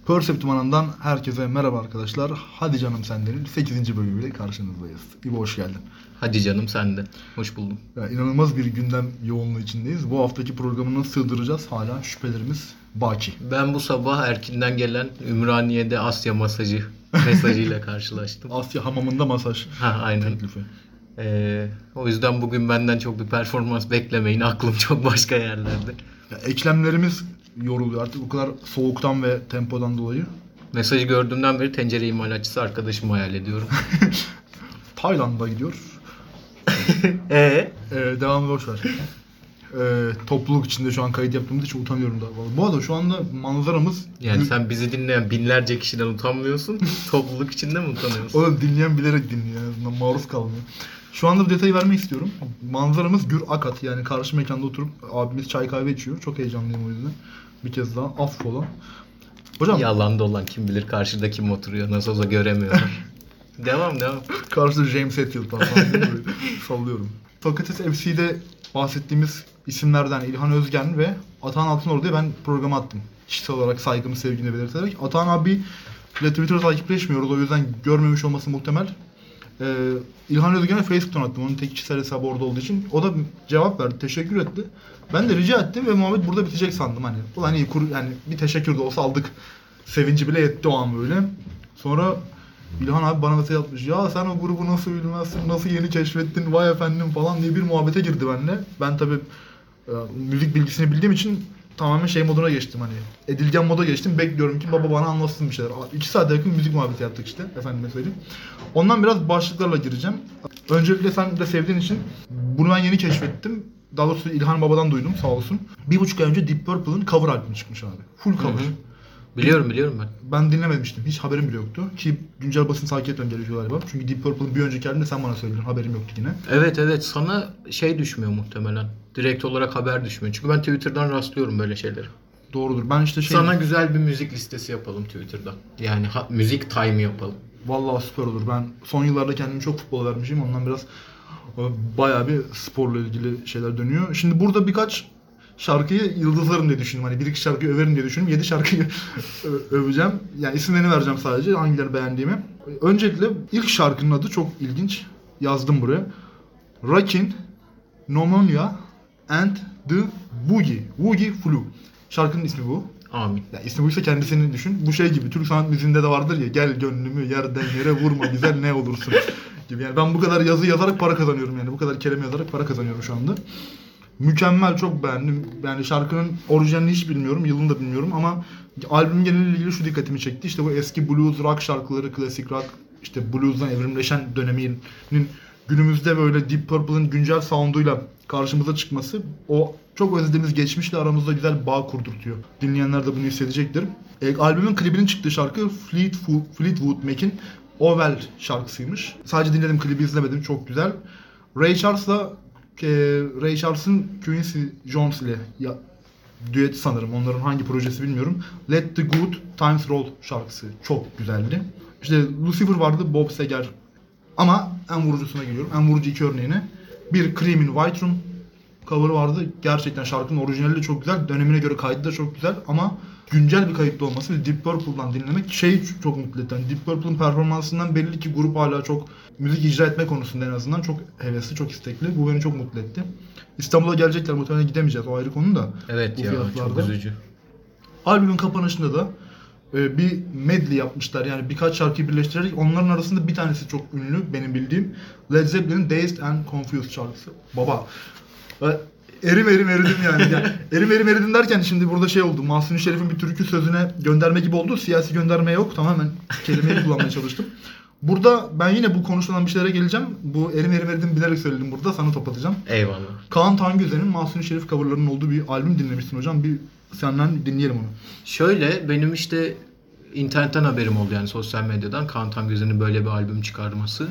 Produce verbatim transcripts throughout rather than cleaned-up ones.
Perceptiman'dan herkese merhaba arkadaşlar. Hadi Canım Senden'in sekizinci bölümüyle karşınızdayız. İbo hoş geldin. Hadi canım sen de. Hoş buldum. Ya, inanılmaz bir gündem yoğunluğu içindeyiz. Bu haftaki programı nasıl sığdıracağız hala şüphelerimiz baki. Ben bu sabah Erkin'den gelen Ümraniye'de Asya masajı mesajıyla karşılaştım. Asya hamamında masaj Ha aynen. teklifi. Ee, o yüzden bugün benden çok bir performans beklemeyin. Aklım çok başka yerlerde. Ya, eklemlerimiz yoruluyor artık bu kadar soğuktan ve tempodan dolayı. Mesajı gördüğümden beri tencere imalatçısı arkadaşımı hayal ediyorum. Tayland'a gidiyor. Ee? Ee, devamı boş ver. Ee, topluluk içinde şu an kayıt yaptığımız için utanıyorum da. Bu arada şu anda manzaramız... Yani sen bizi dinleyen binlerce kişiden utanmıyorsun. Topluluk içinde mi utanıyorsun? O dinleyen bilerek dinliyor en azından, maruz kalmıyor. Şu anda bir detayı vermek istiyorum. Manzaramız Gür Akat, yani karşı mekanda oturup abimiz çay kahve içiyor. Çok heyecanlıyım o yüzden. Bir kez daha affola. Hocam. Yalan dolan, kim bilir karşıda kim oturuyor, nasıl olsa göremiyorlar. Devam devam. Karşıda James Hetfield falan sallıyorum. Sokrates F C'de bahsettiğimiz isimlerden İlhan Özgen ve Atahan Altınordu'ya ben programı attım. Kişisel olarak saygımı, sevgimi belirterek. Atahan abi ile Twitter'da takipleşmiyoruz, o yüzden görmemiş olması muhtemel. Ee, İlhan Özgen'e Facebook'tan attım. Onun tek kişisel hesabı orada olduğu için. O da cevap verdi, teşekkür etti. Ben de rica ettim ve muhabbet burada bitecek sandım hani. Ulan iyi kur, yani bir teşekkür de olsa aldık. Sevinci bile yetti o an böyle. Sonra İlhan abi bana mesaj atmış. Ya sen o grubu nasıl bilmezsin, nasıl yeni keşfettin, vay efendim falan diye bir muhabbete girdi benimle. Ben tabii e, müzik bilgisini bildiğim için tamamen şey moduna geçtim hani. Edilgen moda geçtim. Bekliyorum ki baba bana anlatsın bir şeyler. İki saate yakın müzik muhabbeti yaptık işte. Efendime söyleyeyim. Ondan biraz başlıklarla gireceğim. Öncelikle sen de sevdiğin için bunu ben yeni keşfettim. Daha doğrusu İlhan Baba'dan duydum sağ olsun. Bir buçuk ay önce Deep Purple'ın cover albümü çıkmış abi. Full cover. Hı hı. Biliyorum biliyorum ben. Ben dinlememiştim. Hiç haberim bile yoktu. Ki güncel basın takip etmem gerekiyor galiba. Çünkü Deep Purple'ın bir önceki albümünde sen bana söyledin. Haberim yoktu yine. Evet evet, sana şey düşmüyor muhtemelen. Direkt olarak haber düşmüyor. Çünkü ben Twitter'dan rastlıyorum böyle şeyleri. Doğrudur. Ben işte şey... Sana güzel bir müzik listesi yapalım Twitter'da. Yani ha, müzik time yapalım. Vallahi süper olur. Ben son yıllarda kendimi çok futbola vermişim. Ondan biraz bayağı bir sporla ilgili şeyler dönüyor. Şimdi burada birkaç şarkıyı yıldızlarım diye düşündüm. Hani bir iki şarkıyı överim diye düşündüm. Yedi şarkıyı öveceğim. Yani isimlerini vereceğim sadece. Hangilerini beğendiğimi. Öncelikle ilk şarkının adı çok ilginç. Yazdım buraya. Rockin' Pneumonia and the Boogie. Boogie Flu. Şarkının ismi bu. Amin. Ya ismi buysa kendisini düşün. Bu şey gibi Türk sanat müziğinde de vardır ya. Gel gönlümü yerden yere vurma güzel ne olursun gibi. Yani ben bu kadar yazı yazarak para kazanıyorum yani. Bu kadar kelime yazarak para kazanıyorum şu anda. Mükemmel, çok beğendim. Yani şarkının orijinalini hiç bilmiyorum, yılını da bilmiyorum ama albüm geneliyle ilgili şu dikkatimi çekti. İşte bu eski blues rock şarkıları, klasik rock, işte blues'dan evrimleşen döneminin günümüzde böyle Deep Purple'ın güncel sound'uyla karşımıza çıkması, o çok özlediğimiz geçmişle aramızda güzel bağ kurdurtuyor. Dinleyenler de bunu hissedecektir. E, albümün klibinin çıktığı şarkı Fleetwood, Fleetwood Mac'in Oval şarkısıymış. Sadece dinledim, klibi izlemedim, çok güzel. Ray Charles'la e, Ray Charles'ın Quincy Jones ile ya, düeti sanırım. Onların hangi projesi bilmiyorum. Let the Good Times Roll şarkısı çok güzeldi. İşte Lucifer vardı, Bob Seger. Ama en vurucusuna geliyorum. En vurucu iki örneğine. Bir Cream'in White Room cover'ı vardı. Gerçekten şarkının orijinali de çok güzel. Dönemine göre kaydı da çok güzel ama güncel bir kayıtlı olması ve Deep Purple'dan dinlemek şey çok mutlu etti. Yani Deep Purple'ın performansından belli ki grup hala çok müzik icra etme konusunda en azından çok hevesli, çok istekli. Bu beni çok mutlu etti. İstanbul'a gelecekler, muhtemelen gidemeyeceğiz, o ayrı konu da. Evet ya, çok üzücü. Albümün kapanışında da e, bir medley yapmışlar. Yani birkaç şarkıyı birleştirerek, onların arasında bir tanesi çok ünlü benim bildiğim. Led Zeppelin'in Dazed and Confused şarkısı. Baba. Erim erim eridim yani. yani. Erim erim eridim derken şimdi burada şey oldu. Mahsuni Şerif'in bir türkü sözüne gönderme gibi oldu. Siyasi gönderme yok. Tamamen kelimeyi kullanmaya çalıştım. Burada ben yine bu konuşulan bir şeylere geleceğim. Bu erim erim eridim bilerek söyledim burada. Sana top atacağım. Eyvallah. Kaan Tangöze'nin Mahsuni Şerif coverlarının olduğu bir albüm dinlemişsin hocam. Bir senden dinleyelim onu. Şöyle, benim işte internetten haberim oldu, yani sosyal medyadan Kaan Tangöze'nin böyle bir albüm çıkarması.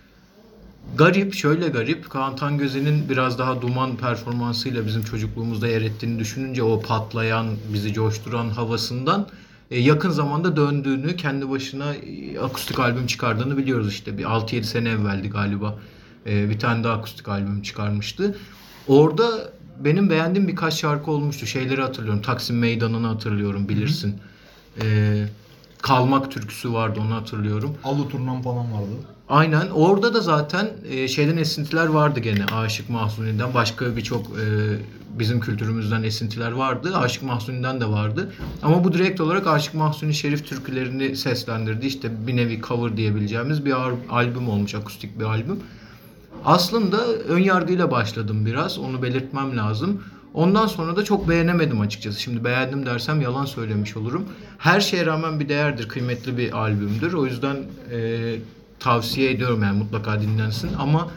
Garip, şöyle garip. Kaan Tangöze'nin biraz daha Duman performansıyla bizim çocukluğumuzda yer ettiğini düşününce, o patlayan, bizi coşturan havasından yakın zamanda döndüğünü, kendi başına akustik albüm çıkardığını biliyoruz işte. Bir altı yedi sene evveldi galiba. Bir tane daha akustik albüm çıkarmıştı. Orada benim beğendiğim birkaç şarkı olmuştu. Şeyleri hatırlıyorum. Taksim Meydanı'nı hatırlıyorum, bilirsin. Ee, Kalmak türküsü vardı, onu hatırlıyorum. Allı Turnam falan vardı. Aynen. Orada da zaten e, şeyden esintiler vardı gene. Aşık Mahzuni'den. Başka birçok e, bizim kültürümüzden esintiler vardı. Aşık Mahzuni'den de vardı. Ama bu direkt olarak Aşık Mahzuni Şerif türkülerini seslendirdi. İşte bir nevi cover diyebileceğimiz bir albüm olmuş. Akustik bir albüm. Aslında ön yargıyla başladım biraz. Onu belirtmem lazım. Ondan sonra da çok beğenemedim açıkçası. Şimdi beğendim dersem yalan söylemiş olurum. Her şeye rağmen bir değerdir. Kıymetli bir albümdür. O yüzden e, tavsiye ediyorum yani mutlaka dinlensin. Ama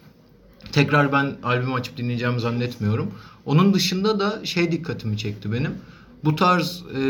tekrar ben albümü açıp dinleyeceğimi zannetmiyorum. Onun dışında da şey dikkatimi çekti benim. Bu tarz e,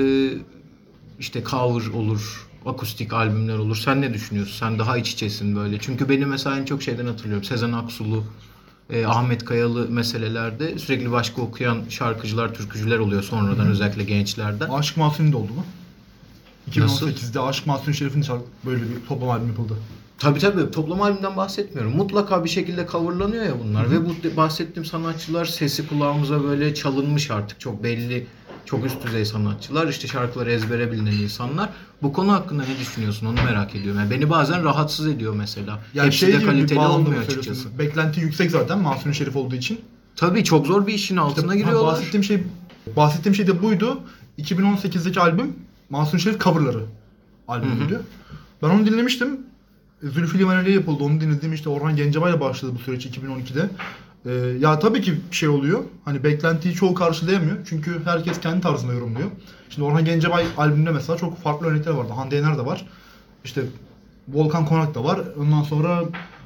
işte cover olur, akustik albümler olur. Sen ne düşünüyorsun? Sen daha iç içesin böyle. Çünkü benim mesela en çok şeyden hatırlıyorum. Sezen Aksu'lu, e, Ahmet Kayalı meselelerde sürekli başka okuyan şarkıcılar, türkücüler oluyor sonradan, Hı-hı. özellikle gençlerden. Aşık Mahzuni de oldu mu? iki bin on sekizde Nasıl? Aşık Mahzuni Şerif'in şarkı böyle bir toplam albüm yapıldı. Tabii tabii. Toplam albümden bahsetmiyorum. Mutlaka bir şekilde coverlanıyor ya bunlar. Hı-hı. Ve bu bahsettiğim sanatçılar sesi kulağımıza böyle çalınmış artık. Çok belli, çok üst düzey sanatçılar. İşte şarkıları ezbere bilinen insanlar. Bu konu hakkında ne düşünüyorsun? Onu merak ediyorum. Yani beni bazen rahatsız ediyor mesela. Yani Hepsi şey de kaliteli olmuyor açıkçası. Beklenti yüksek zaten Mahzuni Şerif olduğu için. Tabii çok zor bir işin altına işte, giriyorlar. Bahsettiğim şey, bahsettiğim şey de buydu. iki bin on sekizdeki albüm Mahzuni Şerif coverları albümüydü. Hı-hı. Ben onu dinlemiştim. Zülfü Livaneli yapıldı. Onu dinledim. İşte Orhan Gencebay'la başladı bu süreç iki bin on ikide. Ee, ya tabii ki bir şey oluyor. Hani beklentiyi çoğu karşılayamıyor. Çünkü herkes kendi tarzında yorumluyor. Şimdi Orhan Gencebay albümünde mesela çok farklı örnekler vardı. Hande Yener de var. İşte Volkan Konak da var. Ondan sonra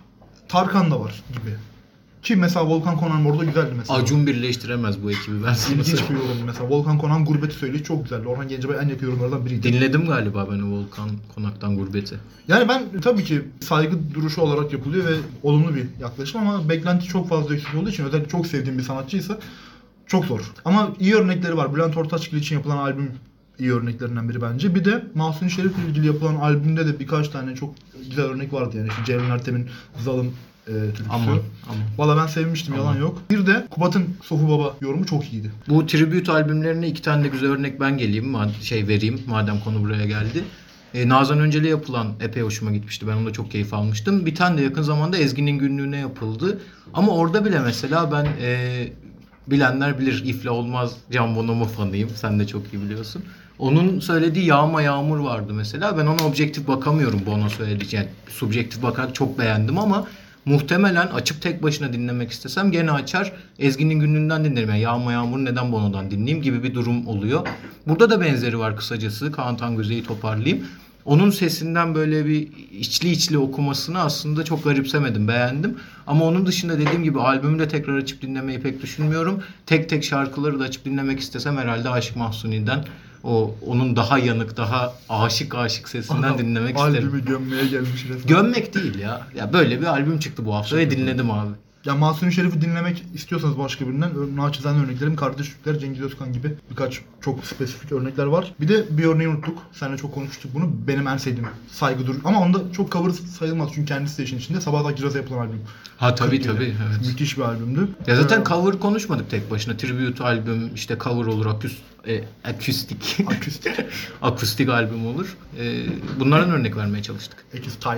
Tarkan da var gibi. Ki mesela Volkan Konak'ın orada güzeldi mesela. Acun birleştiremez bu ekibi. Ben sana İlginç bir yorum mesela. Volkan Konak'ın Gurbeti söyleyiş çok güzeldi. Orhan Gencebay en yakın yorumlardan biriydi. Dinledim galiba ben o Volkan Konak'tan Gurbeti. Yani ben tabii ki saygı duruşu olarak yapılıyor ve olumlu bir yaklaşım ama beklenti çok fazla yüksek olduğu için özellikle çok sevdiğim bir sanatçıysa çok zor. Ama iyi örnekleri var. Bülent Ortaçgil için yapılan albüm iyi örneklerinden biri bence. Bir de Mahzuni Şerif'le ilgili yapılan albümde de birkaç tane çok güzel örnek vardı yani. İşte Ceylan Ertem'in Zalım e, türküsü. Aman, aman. Valla ben sevmiştim, aman. Yalan yok. Bir de Kubat'ın Sofu Baba yorumu çok iyiydi. Bu tribute albümlerine iki tane de güzel örnek ben geleyim, şey vereyim madem konu buraya geldi. E, Nazan Öncel'e yapılan epey hoşuma gitmişti. Ben onda çok keyif almıştım. Bir tane de yakın zamanda Ezgi'nin günlüğüne yapıldı. Ama orada bile mesela ben e, bilenler bilir, İflah Olmaz Can Bonomo fanıyım. Sen de çok iyi biliyorsun. Onun söylediği Yağma Yağmur vardı mesela. Ben ona objektif bakamıyorum Bono söylediği. Yani subjektif bakarak çok beğendim ama muhtemelen açıp tek başına dinlemek istesem gene açar Ezgi'nin günlüğünden dinlerim. Yani Yağma Yağmur neden Bono'dan dinleyeyim gibi bir durum oluyor. Burada da benzeri var kısacası. Kaan Tangöze'yi toparlayayım. Onun sesinden böyle bir içli içli okumasını aslında çok garipsemedim, beğendim. Ama onun dışında dediğim gibi albümü de tekrar açıp dinlemeyi pek düşünmüyorum. Tek tek şarkıları da açıp dinlemek istesem herhalde Aşık Mahzuni'den o onun daha yanık, daha aşık aşık sesinden Aha, dinlemek albümü isterim. Albümü gömmeye gelmiş resmen. Gömmek değil ya. Ya böyle bir albüm çıktı bu hafta ve dinledim abi. Ya Mahzuni Şerif'i dinlemek istiyorsanız başka birinden naçizane örneklerim Kardeş Türkler, Cengiz Özkan gibi birkaç çok spesifik örnekler var. Bir de bir örneği unuttuk. Seninle çok konuştuk bunu. Benim en sevdiğim Saygı Dur. Ama onda çok cover sayılmaz çünkü kendisi de işin içinde. Sabah'daki Caz'a yapılan albüm. Ha tabii tabii. Evet. Müthiş bir albümdü. Ya zaten ee, cover konuşmadık tek başına. Tribute albüm, işte cover olur, aküst, e, akustik. Akustik. akustik albüm olur. E, bunlardan örnek vermeye çalıştık. Akustik.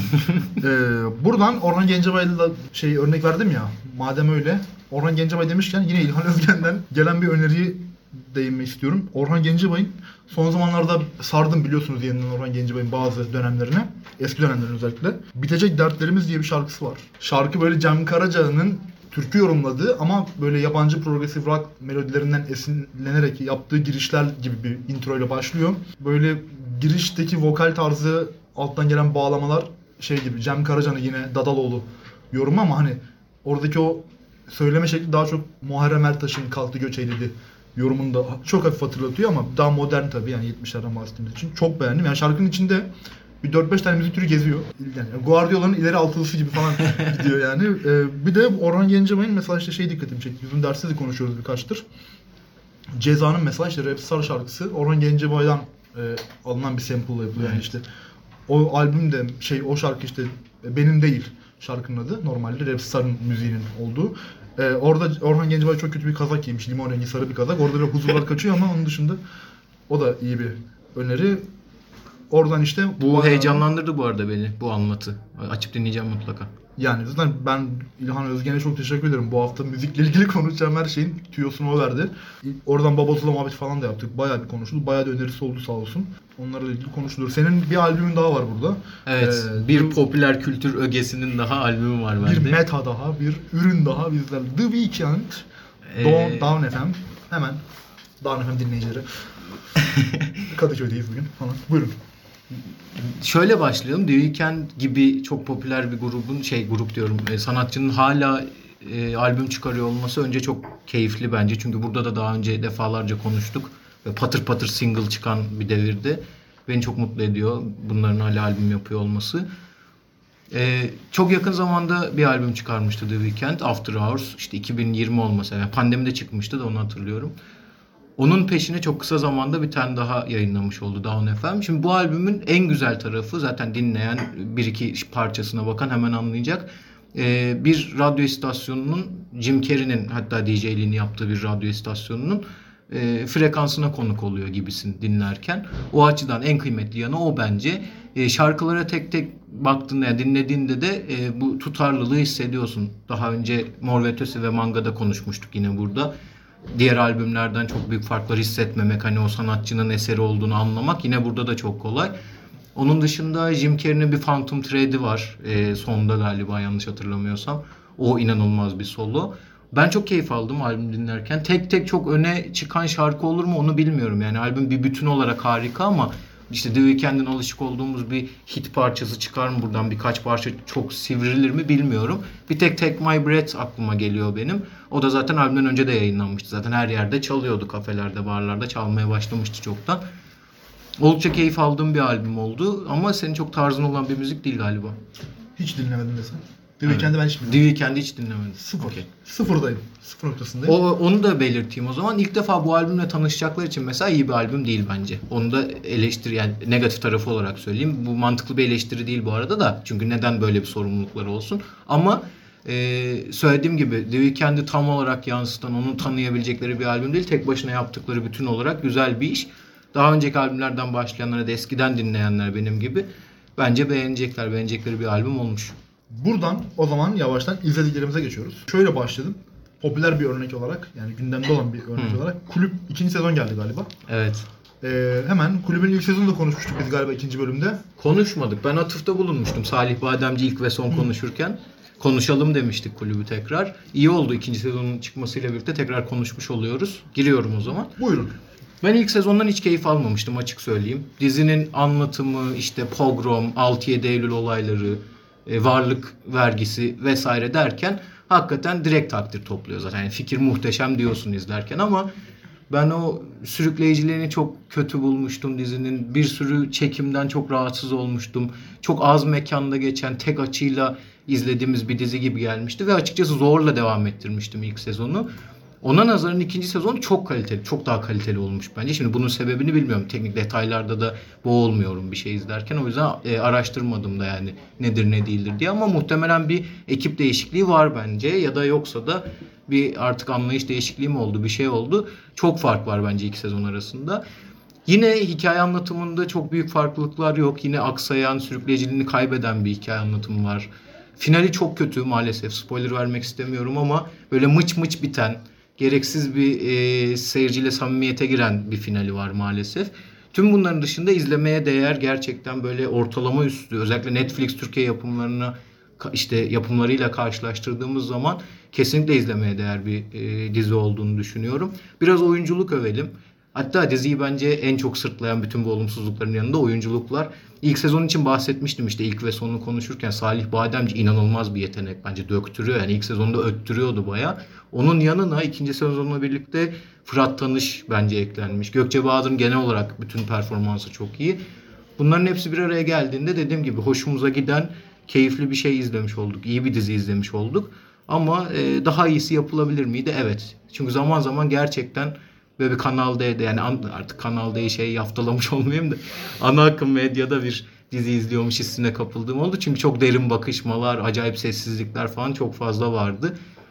ee, buradan Orhan Gencebay'la da şey örnek verdim ya. Madem öyle. Orhan Gencebay demişken yine İlhan Özgen'den gelen bir öneriyi değinmek istiyorum. Orhan Gencebay'ın son zamanlarda sardım biliyorsunuz yeniden Orhan Gencebay'ın bazı dönemlerine. Eski dönemlerine özellikle. Bitecek Dertlerimiz diye bir şarkısı var. Şarkı böyle Cem Karaca'nın türkü yorumladığı ama böyle yabancı progresif rock melodilerinden esinlenerek yaptığı girişler gibi bir intro ile başlıyor. Böyle girişteki vokal tarzı, alttan gelen bağlamalar şey gibi Cem Karaca'nın yine Dadaloğlu yorumu ama hani oradaki o söyleme şekli daha çok Muharrem Ertaş'ın Kalktı Göç Eyledi yorumunu da çok hafif hatırlatıyor ama daha modern tabii yani yetmişlerden bahsettiğimiz için. Çok beğendim. Yani şarkının içinde bir dört beş tane müzik türü geziyor. Yani Guardiola'nın ileri altılısı gibi falan gidiyor yani. Ee, bir de Orhan Gencebay'ın mesela işte şey dikkatimi çekti. Yüzün derste de konuşuyoruz birkaçtır. Ceza'nın mesela işte Rapstar şarkısı Orhan Gencebay'dan e, alınan bir sample yapılıyor. Evet. Yani işte o albümde şey o şarkı işte Benim Değil şarkının adı. Normalde Rapstar'ın müziğinin olduğu. Ee, orada Orhan Gencebay çok kötü bir kazak giymiş. Limon rengi sarı bir kazak. Orada böyle huzurlar kaçıyor ama onun dışında o da iyi bir öneri. oradan işte... Bu bayağı- heyecanlandırdı bu arada beni, bu anlatı. Açıp dinleyeceğim mutlaka. Yani zaten ben İlhan Özgen'e çok teşekkür ederim. Bu hafta müzikle ilgili konuşacağım her şeyin tüyosunu o verdi. Oradan Babasula muhabbet falan da yaptık. Bayağı bir konuşuldu. Bayağı da önerisi oldu sağ olsun. Onlarla ilgili konuşulur. Senin bir albümün daha var burada. Evet, Ee, bir popüler kültür ögesinin daha albümü var bende. Bir meta daha, bir ürün daha bizden. The Weeknd, Ee, Down, Down F M. Hemen Down F M dinleyicileri. Kadıköy'deyiz bugün falan. Buyurun. Şöyle başlayalım. The Weeknd gibi çok popüler bir grubun, şey grup diyorum, e, sanatçının hala e, albüm çıkarıyor olması önce çok keyifli bence. Çünkü burada da daha önce defalarca konuştuk. Ve patır patır single çıkan bir devirde. Beni çok mutlu ediyor bunların hala albüm yapıyor olması. E, çok yakın zamanda bir albüm çıkarmıştı The Weeknd, After Hours. İşte iki bin yirmi olması. Yani pandemide çıkmıştı da onu hatırlıyorum. Onun peşine çok kısa zamanda bir tane daha yayınlamış oldu Down F M. Şimdi bu albümün en güzel tarafı, zaten dinleyen, bir iki parçasına bakan hemen anlayacak. Ee, bir radyo istasyonunun, Jim Carrey'nin hatta D J'liğini yaptığı bir radyo istasyonunun e, frekansına konuk oluyor gibisin dinlerken. O açıdan en kıymetli yanı o bence. E, şarkılara tek tek baktığında, yani dinlediğinde de e, bu tutarlılığı hissediyorsun. Daha önce Mor ve Ötesi ve Manga'da konuşmuştuk yine burada. Diğer albümlerden çok büyük farklar hissetmemek, hani o sanatçının eseri olduğunu anlamak yine burada da çok kolay. Onun dışında Jim Carrey'nin bir Phantom Thread'i var. E, sonda galiba, yanlış hatırlamıyorsam. O inanılmaz bir solo. Ben çok keyif aldım albüm dinlerken. Tek tek çok öne çıkan şarkı olur mu onu bilmiyorum. Yani albüm bir bütün olarak harika ama işte The Weeknd'in alışık olduğumuz bir hit parçası çıkar mı buradan, birkaç parça çok sivrilir mi bilmiyorum. Bir tek Take My Breath aklıma geliyor benim. O da zaten albümden önce de yayınlanmıştı. Zaten her yerde çalıyordu, kafelerde, barlarda çalmaya başlamıştı çoktan. Oldukça keyif aldığım bir albüm oldu ama senin çok tarzın olan bir müzik değil galiba. Hiç dinlemedim desem. The Evet. Weeknd'i ben hiç The bilmiyorum. Weeknd'i hiç dinlemedim. Sıfır. Okay. Sıfırdayım. Sıfır noktasındayım. O, onu da belirteyim o zaman. İlk defa bu albümle tanışacaklar için mesela iyi bir albüm değil bence. Onu da eleştiri, yani negatif tarafı olarak söyleyeyim. Bu mantıklı bir eleştiri değil bu arada da. Çünkü neden böyle bir sorumlulukları olsun. Ama e, söylediğim gibi The Weeknd'i tam olarak yansıtan, onu tanıyabilecekleri bir albüm değil. Tek başına yaptıkları bütün olarak güzel bir iş. Daha önceki albümlerden başlayanlara da eskiden dinleyenler benim gibi bence beğenecekler. Beğenecekleri bir albüm olmuş. Buradan o zaman yavaştan izlediklerimize geçiyoruz. Şöyle başladım. Popüler bir örnek olarak, yani gündemde olan bir örnek Hı. olarak kulüp ikinci sezon geldi galiba. Evet. Ee, hemen kulübün ilk sezonunu da konuşmuştuk biz galiba ikinci bölümde. Konuşmadık. Ben atıfta bulunmuştum Salih Bademci ilk ve son konuşurken. Konuşalım demiştik kulübü tekrar. İyi oldu, ikinci sezonun çıkmasıyla birlikte tekrar konuşmuş oluyoruz. Giriyorum o zaman. Buyurun. Ben ilk sezondan hiç keyif almamıştım, açık söyleyeyim. Dizinin anlatımı, işte pogrom, altı yedi Eylül olayları, e, varlık vergisi vesaire derken hakikaten direkt takdir topluyor zaten. Yani fikir muhteşem diyorsun izlerken ama ben o sürükleyiciliğini çok kötü bulmuştum dizinin. Bir sürü çekimden çok rahatsız olmuştum. Çok az mekanda geçen, tek açıyla izlediğimiz bir dizi gibi gelmişti ve açıkçası zorla devam ettirmiştim ilk sezonu. Ona nazaran ikinci sezon çok kaliteli, çok daha kaliteli olmuş bence. Şimdi bunun sebebini bilmiyorum. Teknik detaylarda da boğulmuyorum bir şey izlerken. O yüzden e, araştırmadım da yani nedir ne değildir diye. Ama muhtemelen bir ekip değişikliği var bence. Ya da yoksa da bir artık anlayış değişikliği mi oldu, bir şey oldu. Çok fark var bence iki sezon arasında. Yine hikaye anlatımında çok büyük farklılıklar yok. Yine aksayan, sürükleyiciliğini kaybeden bir hikaye anlatımı var. Finali çok kötü maalesef. Spoiler vermek istemiyorum ama böyle mıç mıç biten, gereksiz bir e, seyirciyle samimiyete giren bir finali var maalesef. Tüm bunların dışında izlemeye değer, gerçekten böyle ortalama üstü, özellikle Netflix Türkiye yapımlarına, işte yapımlarıyla karşılaştırdığımız zaman kesinlikle izlemeye değer bir e, dizi olduğunu düşünüyorum. Biraz oyunculuk övelim. Hatta diziyi bence en çok sırtlayan bütün bu olumsuzlukların yanında oyunculuklar. İlk sezon için bahsetmiştim işte ilk ve sonunu konuşurken. Salih Bademci inanılmaz bir yetenek bence, döktürüyor. Yani ilk sezonda öttürüyordu bayağı. Onun yanına ikinci sezonla birlikte Fırat Tanış bence eklenmiş. Gökçe Bahadır'ın genel olarak bütün performansı çok iyi. Bunların hepsi bir araya geldiğinde dediğim gibi hoşumuza giden, keyifli bir şey izlemiş olduk. İyi bir dizi izlemiş olduk. Ama e, daha iyisi yapılabilir miydi? Evet. Çünkü zaman zaman gerçekten böyle bir Kanal D'de, yani artık Kanal D'yi şey yaftalamış olmayayım da ana akım medyada bir dizi izliyormuş hissine kapıldığım oldu. Çünkü çok derin bakışmalar, acayip sessizlikler falan çok fazla vardı.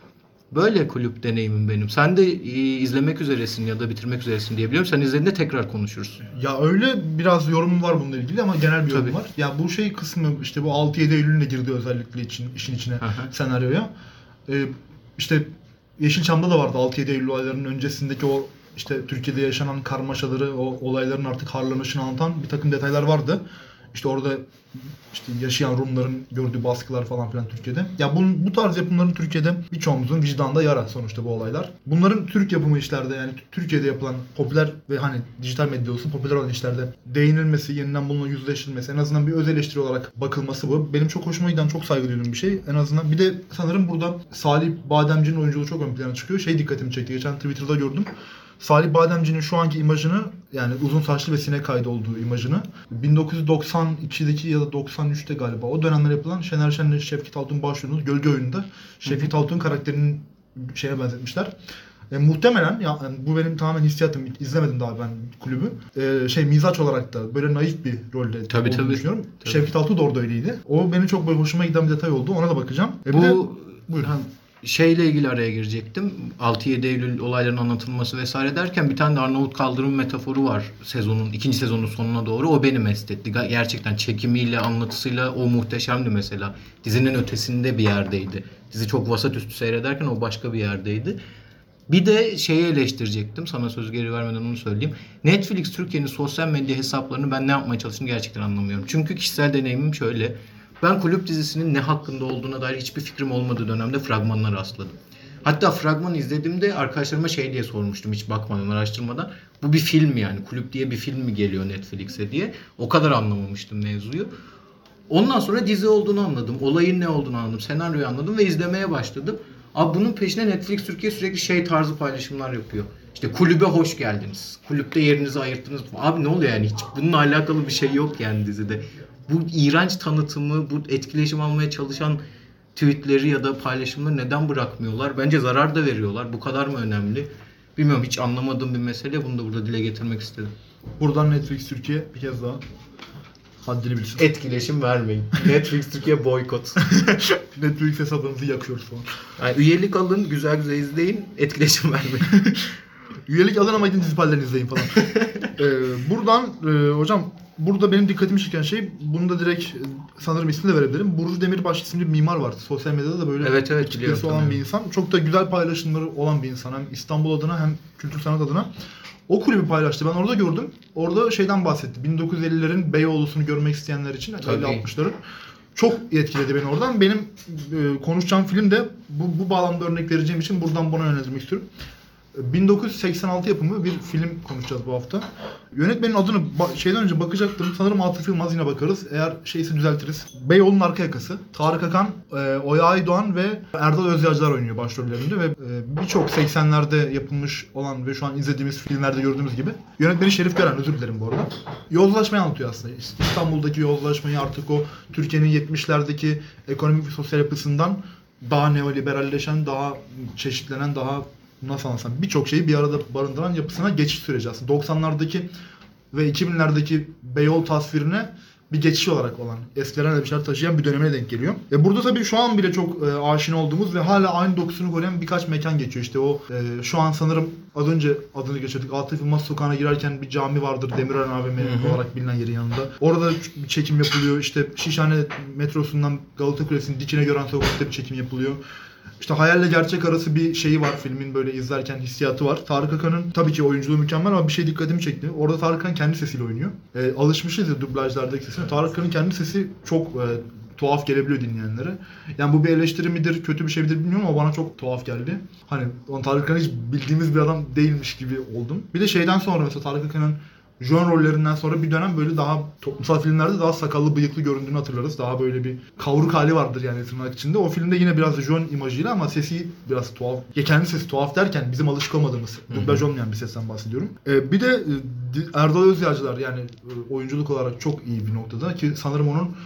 Böyle kulüp deneyimim benim. Sen de e, izlemek üzeresin ya da bitirmek üzeresin diye biliyorum. Sen izlediğinde tekrar konuşuruz. Ya öyle biraz yorumum var bununla ilgili ama genel bir yorum Tabii. var. Ya bu şey kısmı işte bu altı yedi Eylül'ün de girdi özellikle için, işin içine Hı hı. senaryoya. Ee, işte Yeşilçam'da da vardı altı yedi Eylül olaylarının öncesindeki o işte Türkiye'de yaşanan karmaşaları, o olayların artık harlanışını anlatan bir takım detaylar vardı. İşte orada işte yaşayan Rumların gördüğü baskılar falan filan Türkiye'de. Ya bunun, bu tarz yapımların Türkiye'de birçoğumuzun vicdanında yara sonuçta bu olaylar. Bunların Türk yapımı işlerde yani Türkiye'de yapılan popüler ve hani dijital medya olsun popüler olan işlerde değinilmesi, yeniden bununla yüzleştirilmesi, en azından bir öz eleştiri olarak bakılması bu. Benim çok hoşuma giden, çok saygı duyduğum bir şey. En azından bir de sanırım burada Salih Bademci'nin oyunculuğu çok ön plana çıkıyor. Şey dikkatimi çekti. Geçen Twitter'da gördüm. Salih Bademci'nin şu anki imajını yani uzun saçlı ve sinek kaydı olduğu imajını bin dokuz yüz doksan ikideki ya da doksan üçte galiba o dönemler yapılan Şener Şen'le Şevket Altun başrolünün Gölge Oyun'da Şevket Altun karakterinin şeye benzetmişler. E, muhtemelen ya, yani bu benim tamamen hissiyatım. İzlemedim daha ben kulübü. E, şey mizaç olarak da böyle naif bir rolde Tabii, olduğunu tabii. düşünüyorum. Tabii. Şevket Altun da orada öyleydi. O benim çok böyle hoşuma giden bir detay oldu. Ona da bakacağım. E, bir de- Bu buyurun. ha, şeyle ilgili araya girecektim. altı yedi Eylül olaylarının anlatılması vesaire derken bir tane de Arnavut kaldırım metaforu var sezonun, ikinci sezonun sonuna doğru. O beni mest etti. Gerçekten çekimiyle, anlatısıyla o muhteşemdi mesela. Dizinin ötesinde bir yerdeydi. Dizi çok vasat üstü seyrederken o başka bir yerdeydi. Bir de şeyi eleştirecektim. Sana söz geri vermeden onu söyleyeyim. Netflix Türkiye'nin sosyal medya hesaplarını ben ne yapmaya çalıştığını gerçekten anlamıyorum. Çünkü kişisel deneyimim şöyle. Ben kulüp dizisinin ne hakkında olduğuna dair hiçbir fikrim olmadığı dönemde fragmanına rastladım. Hatta fragmanı izlediğimde arkadaşlarıma şey diye sormuştum hiç bakmadan, araştırmadan. Bu bir film mi yani? Kulüp diye bir film mi geliyor Netflix'e diye. O kadar anlamamıştım mevzuyu. Ondan sonra dizi olduğunu anladım. Olayın ne olduğunu anladım. Senaryoyu anladım ve izlemeye başladım. Abi bunun peşine Netflix Türkiye sürekli şey tarzı paylaşımlar yapıyor. İşte kulübe hoş geldiniz. Kulüpte yerinizi ayırttınız. Abi ne oluyor yani? Hiç bununla alakalı bir şey yok yani dizide. Bu iğrenç tanıtımı, bu etkileşim almaya çalışan tweetleri ya da paylaşımları neden bırakmıyorlar? Bence zarar da veriyorlar. Bu kadar mı önemli? Bilmiyorum, hiç anlamadığım bir mesele. Bunu da burada dile getirmek istedim. Buradan Netflix Türkiye bir kez daha haddini bilsin. Etkileşim vermeyin. Netflix Türkiye boykot. Netflix hesabınızı yakıyoruz falan. Yani üyelik alın, güzel güzel izleyin, etkileşim vermeyin. Üyelik alın ama gidin dizipallerini izleyin falan. ee, buradan e, hocam burada benim dikkatimi çeken şey, bunu da direkt e, sanırım ismini de verebilirim. Burcu Demirbaş isimli bir mimar var. Sosyal medyada da böyle Evet, evet, kitlesi biliyorum, olan tanıyorum. bir insan. Çok da güzel paylaşımları olan bir insan. Hem İstanbul adına hem kültür sanat adına. O kulübü paylaştı. Ben orada gördüm. Orada şeyden bahsetti. bin dokuz yüz ellilerin Beyoğlu'sunu görmek isteyenler için. Tabii. elli altmışların. Çok etkiledi beni oradan. Benim e, konuşacağım film de bu, bu bağlamda örnek vereceğim için buradan buna yönelmek istiyorum. bin dokuz yüz seksen altı yapımı bir film konuşacağız bu hafta. Yönetmenin adını ba- şeyden önce bakacaktım. Sanırım Atıf Yılmaz, yine bakarız. Eğer şeysi düzeltiriz. Beyoğlu'nun arka yakası. Tarık Akan, e, Oya Aydoğan ve Erdal Özyağcılar oynuyor başrollerinde ve e, birçok seksenlerde yapılmış olan ve şu an izlediğimiz filmlerde gördüğümüz gibi. Yönetmeni Şerif Gören, özür dilerim bu arada. Yozlaşmayı anlatıyor aslında. İstanbul'daki yozlaşmayı, artık o Türkiye'nin yetmişlerdeki ekonomik ve sosyal yapısından daha neoliberalleşen, daha çeşitlenen, daha nasıl anlatsam birçok şeyi bir arada barındıran yapısına geçiş süreci aslında. doksanlardaki ve iki binlerdeki Beyoğlu tasvirine bir geçiş olarak olan, eskilerden de bir şeyler taşıyan bir dönemine denk geliyor. E burada tabii şu an bile çok e, aşina olduğumuz ve hala aynı dokusunu koruyan birkaç mekan geçiyor. İşte o e, şu an sanırım az önce adını geçirdik. Atıf Yılmaz Sokağı'na girerken bir cami vardır. Demirören A V M olarak bilinen yerin yanında. Orada bir çekim yapılıyor. İşte Şişhane metrosundan Galata Kulesi'nin dikine gören sokakta bir çekim yapılıyor. İşte hayalle gerçek arası bir şeyi var filmin, böyle izlerken hissiyatı var. Tarık Akan'ın tabii ki oyunculuğu mükemmel ama bir şey dikkatimi çekti. Orada Tarık Akan kendi sesiyle oynuyor. E, alışmışız ya dublajlardaki sesine. Tarık Akan'ın kendi sesi çok e, tuhaf gelebiliyor dinleyenlere. Yani bu bir eleştiri midir, kötü bir şey midir bilmiyorum ama bana çok tuhaf geldi. Hani Tarık Akan hiç bildiğimiz bir adam değilmiş gibi oldum. Bir de şeyden sonra mesela Tarık Akan'ın jön rollerinden sonra bir dönem böyle daha toplumsal filmlerde daha sakallı bıyıklı göründüğünü hatırlarız. Daha böyle bir kavruk hali vardır yani tırnak içinde. O filmde yine biraz jön imajıyla ama sesi biraz tuhaf. Ya kendi sesi tuhaf derken bizim alışık olmadığımız, dublaj olmayan bir sesten bahsediyorum. Ee, bir de e, Erdal Özyağcılar yani e, oyunculuk olarak çok iyi bir noktada ki sanırım onun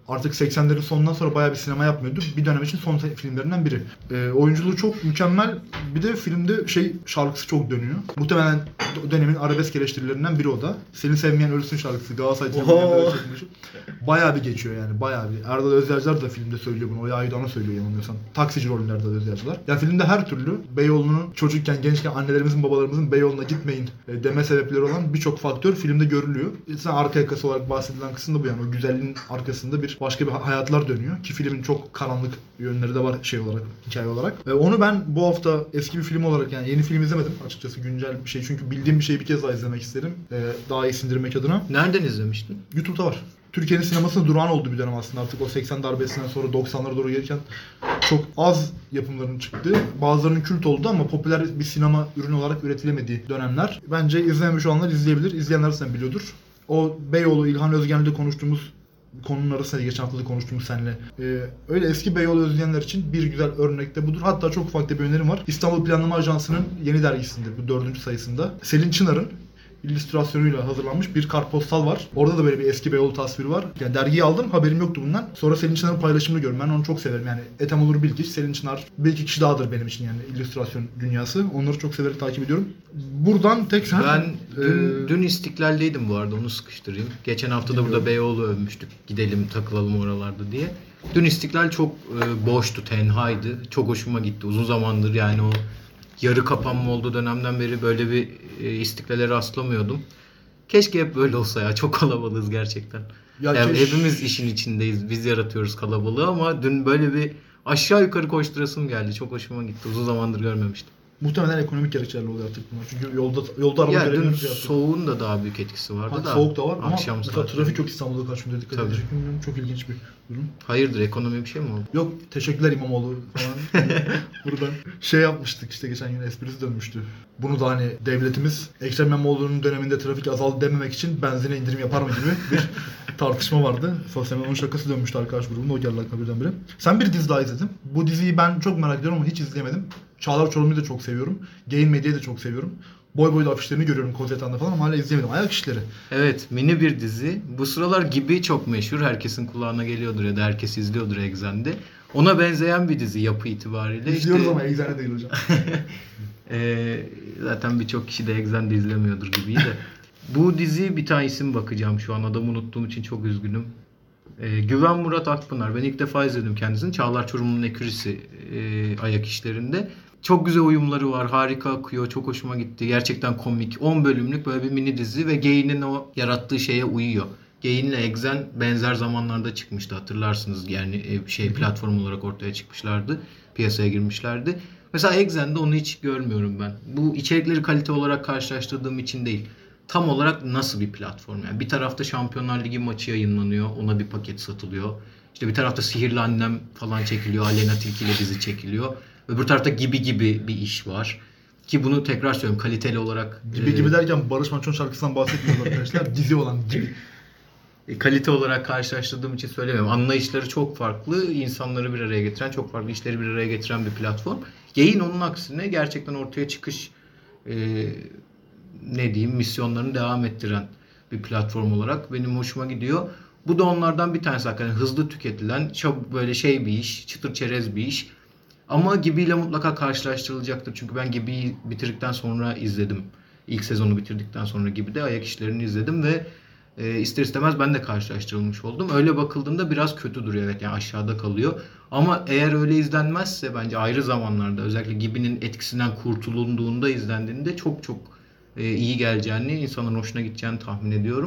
artık seksenlerin sonundan sonra bayağı bir sinema yapmıyordu. Bir dönem için son filmlerinden biri. E, oyunculuğu çok mükemmel. Bir de filmde şey şarkısı çok dönüyor. Muhtemelen o dönemin arabesk eleştirilerinden biri o da. Seni sevmeyen ölüsün şarkısı. Galatasaray tribünlerinde çekilmiş. Bayağı bir geçiyor yani. Bayağı bir. Erdal Özyazıcılar da filmde söylüyor bunu. O Aydoğan'a söylüyor yanılmıyorsam. Taksici rolünde Erdal Özyazıcılar. Yani filmde her türlü Beyoğlu'nun çocukken, gençken annelerimizin, babalarımızın Beyoğlu'na gitmeyin deme sebepleri olan birçok faktör filmde görülüyor. Sen arka yakası olarak bahsedilen kısımda bu yani. O güzelliğin arkasında bir başka bir hayatlar dönüyor. Ki filmin çok karanlık yönleri de var şey olarak, hikaye olarak. Ee, onu ben bu hafta eski bir film olarak, yani yeni film izlemedim açıkçası, güncel bir şey. Çünkü bildiğim bir şeyi bir kez daha izlemek isterim. Ee, daha iyi sindirmek adına. Nereden izlemiştin? YouTube'da var. Türkiye'nin sinemasında durağan oldu bir dönem aslında, artık o seksen darbesinden sonra doksanlara doğru gelirken çok az yapımların çıktığı, bazılarının kült oldu ama popüler bir sinema ürünü olarak üretilemediği dönemler. Bence izlememiş olanlar izleyebilir, izleyenler zaten biliyordur. O Beyoğlu, İlhan Özgen'le konuştuğumuz konunun arasında geçen hafta da konuştuğumuz seninle. Ee, öyle eski Beyoğlu özleyenler için bir güzel örnek de budur. Hatta çok ufak da bir önerim var. İstanbul Planlama Ajansı'nın yeni dergisinde, bu dördüncü sayısında Selin Çınar'ın illüstrasyonuyla hazırlanmış bir kartpostal var. Orada da böyle bir eski Beyoğlu tasviri var. Yani dergiyi aldım, haberim yoktu bundan. Sonra Selin Çınar'ın paylaşımını gördüm. Ben onu çok severim. Yani Ethem Olur Bilgiç, Selin Çınar bir iki kişi dahadır benim için yani illüstrasyon dünyası. Onları çok severek takip ediyorum. Buradan tekrar... Ben dün, e... dün İstiklal'deydim bu arada, onu sıkıştırayım. Geçen hafta da burada Beyoğlu övmüştük. Gidelim takılalım oralarda diye. Dün İstiklal çok e, boştu, tenhaydı. Çok hoşuma gitti. Uzun zamandır yani o yarı kapanma olduğu dönemden beri böyle bir e, İstiklal'e rastlamıyordum. Keşke hep böyle olsa ya. Çok kalabalığız gerçekten. Ya yani keş... Hepimiz işin içindeyiz. Biz yaratıyoruz kalabalığı ama dün böyle bir aşağı yukarı koşturasım geldi. Çok hoşuma gitti. Uzun zamandır görmemiştim. Muhtemelen ekonomik gerekçelerle oluyor artık bunlar. Çünkü yolda yolda araba ya göremiyoruz. Ya soğuğun da daha büyük etkisi vardı ha, da. Soğuk da var ama akşam mesela trafik yok İstanbul'da kaç gündür, dikkat edecek. Çok ilginç bir durum. Hayırdır, ekonomi bir şey mi oldu? Yok, teşekkürler İmamoğlu falan. Buradan şey yapmıştık işte, geçen gün esprisi dönmüştü. Bunu da hani devletimiz Ekrem İmamoğlu'nun döneminde trafik azaldı dememek için benzine indirim yapar mı gibi bir tartışma vardı. Sosyal medyanın şakası dönmüştü arkadaş grubunda, o geldi aklıma birdenbire. Sen bir dizi daha izledin. Bu diziyi ben çok merak ediyorum ama hiç izleyemedim. Çağlar Çorumlu'yu da çok seviyorum. Gain Medya'yı da çok seviyorum. Boy boy da afişlerini görüyorum Kozetan'da falan ama hala izleyemedim. Ayak işleri. Evet, mini bir dizi. Bu sıralar Gibi çok meşhur. Herkesin kulağına geliyordur ya da herkes izliyordur Exxen'de. Ona benzeyen bir dizi yapı itibariyle. İzliyoruz işte... ama Exxen'de değil hocam. e, zaten birçok kişi de Exxen'de izlemiyordur Gibi'yi de. Bu diziyi bir tane isim bakacağım şu an. Adamı unuttuğum için çok üzgünüm. Ee, Güven Murat Akpınar. Ben ilk defa izledim kendisini. Çağlar Çorumlu'nun ekürisi e, ayak işlerinde. Çok güzel uyumları var. Harika akıyor. Çok hoşuma gitti. Gerçekten komik. on bölümlük böyle bir mini dizi ve Gain'in o yarattığı şeye uyuyor. Gain'le Exxen benzer zamanlarda çıkmıştı, hatırlarsınız. Yani şey platform olarak ortaya çıkmışlardı. Piyasaya girmişlerdi. Mesela Exxen'de onu hiç görmüyorum ben. Bu içerikleri kalite olarak karşılaştırdığım için değil. Tam olarak nasıl bir platform? Yani bir tarafta Şampiyonlar Ligi maçı yayınlanıyor. Ona bir paket satılıyor. İşte bir tarafta Sihirli Annem falan çekiliyor. Aleyna Tilki ile dizi çekiliyor. Öbür tarafta Gibi gibi bir iş var. Ki bunu tekrar söylüyorum, kaliteli olarak... Gibi e, gibi derken Barış Manço'nun şarkısından bahsetmiyoruz arkadaşlar. Dizi olan Gibi. E, kalite olarak karşılaştırdığım için söylemiyorum. Anlayışları çok farklı. İnsanları bir araya getiren, çok farklı işleri bir araya getiren bir platform. Yayın onun aksine gerçekten ortaya çıkış... E, ne diyeyim, misyonlarını devam ettiren bir platform olarak benim hoşuma gidiyor. Bu da onlardan bir tanesi hakikaten hızlı tüketilen, çok böyle şey bir iş, çıtır çerez bir iş. Ama Gibi'yle mutlaka karşılaştırılacaktır. Çünkü ben Gibi'yi bitirdikten sonra izledim. İlk sezonu bitirdikten sonra Gibi'de ayak işlerini izledim ve e, ister istemez ben de karşılaştırılmış oldum. Öyle bakıldığında biraz kötü duruyor, evet, yani aşağıda kalıyor. Ama eğer öyle izlenmezse bence ayrı zamanlarda, özellikle Gibi'nin etkisinden kurtulunduğunda, izlendiğinde çok çok E, iyi geleceğini, insanların hoşuna gideceğini tahmin ediyorum.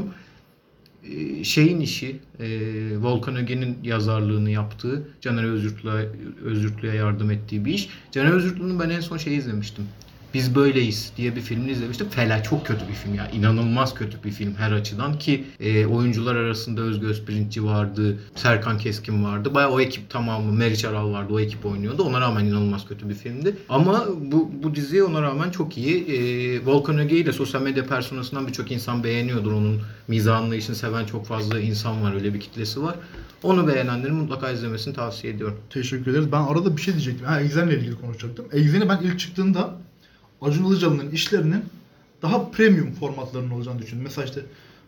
E, şeyin işi, e, Volkan Öge'nin yazarlığını yaptığı, Caner Özgürtlü'ye Özgürtlü'ye yardım ettiği bir iş. Caner Özgürtlü'nün ben en son şeyi izlemiştim. Biz Böyleyiz diye bir filmini izlemiştim. Fela, çok kötü bir film ya. İnanılmaz kötü bir film her açıdan ki e, oyuncular arasında Özgü Özpirinççi vardı, Serkan Keskin vardı. Bayağı o ekip tamamı, Meriç Aral vardı, o ekip oynuyordu. Ona rağmen inanılmaz kötü bir filmdi. Ama bu, bu dizi ona rağmen çok iyi. E, Volkan Öge'yi de sosyal medya personasından birçok insan beğeniyordur. Onun mizah anlayışını seven çok fazla insan var, öyle bir kitlesi var. Onu beğenenlerin mutlaka izlemesini tavsiye ediyorum. Teşekkür ederiz. Ben arada bir şey diyecektim. Ha, Exxen'le ilgili konuşacaktım. Exxen'i ben ilk çıktığında Acun Ilıcalı'nın işlerinin daha premium formatlarının olacağını düşündüm. Mesela işte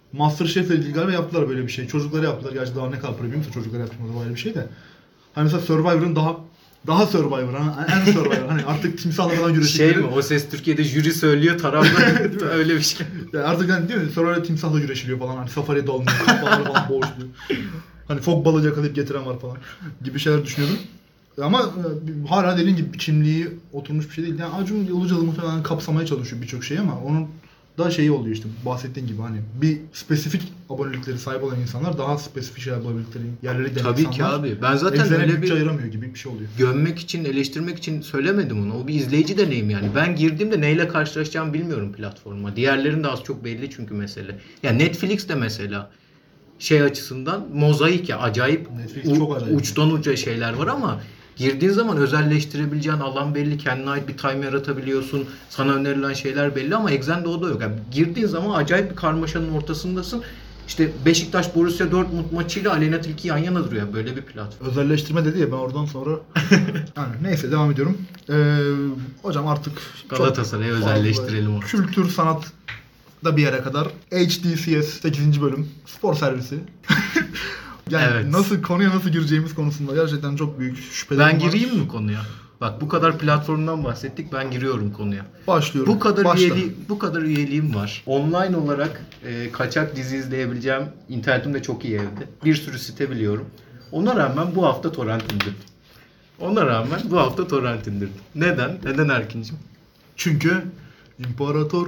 MasterChef'le ilgili galiba yaptılar böyle bir şey. Çocuklara yaptılar. Gerçi daha ne kadar para bilmiyorum da çocuklara yaptım o da ayrı bir şey de. Hani mesela Survivor'ın daha daha Survivor, ha? En Survivor. Hani artık timsahla falan güreşecekleri. Şey mi? O Ses Türkiye'de jüri söylüyor, taraftar öyle bir şey. Yani artık hani değil mi? Survivor'da timsahla güreşiliyor falan. Hani safariye dalmıyor. Kaplanlar falan boğuşluyor. Hani fok balığı yakalayıp getiren var falan gibi şeyler düşünüyordum. Ama e, hala dediğin gibi biçimliği oturmuş bir şey değil. Yani Acun Ilıcalı muhtemelen kapsamaya çalışıyor birçok şeyi ama onun da şeyi oluyor işte bahsettiğin gibi hani bir spesifik abonelikleri sahip olan insanlar daha spesifik şey abonelikleri yerleri denen Tabii insanlar. ki abi. Ben zaten Exene öyle bütçe bir ayıramıyor gibi bir şey oluyor. gömmek için, eleştirmek için söylemedim onu. O bir izleyici deneyim yani. Ben girdiğimde neyle karşılaşacağımı bilmiyorum platforma. Diğerlerin de az çok belli çünkü mesele. Ya Netflix de mesela şey açısından mozaik ya, acayip Netflix çok acayip. uçtan uca şeyler var ama girdiğin zaman özelleştirebileceğin alan belli, kendine ait bir time yaratabiliyorsun, sana önerilen şeyler belli ama Exxen'de o da yok. Yani girdiğin zaman acayip bir karmaşanın ortasındasın. İşte Beşiktaş Borussia Dortmund maçıyla Aleyna Tilki yan yana duruyor. Böyle bir platform. Özelleştirme dedi ya ben oradan sonra yani neyse devam ediyorum. Ee, hocam artık Galatasaray'ı özelleştirelim onu. Kültür sanat da bir yere kadar. H D C S sekizinci bölüm spor servisi. Yani Evet. nasıl konuya nasıl gireceğimiz konusunda gerçekten çok büyük şüphelerim Ben var. gireyim mi konuya? Bak bu kadar platformdan bahsettik, ben giriyorum konuya. Başlıyorum. Bu kadar Başla. üyeli, bu kadar üyeliğim var. Online olarak e, kaçak dizi izleyebileceğim, internetim de çok iyi evde. Bir sürü site biliyorum. Ona rağmen bu hafta torrent indirdim. Ona rağmen bu hafta torrent indirdim. Neden? Neden Erkin'cim? Çünkü İmparator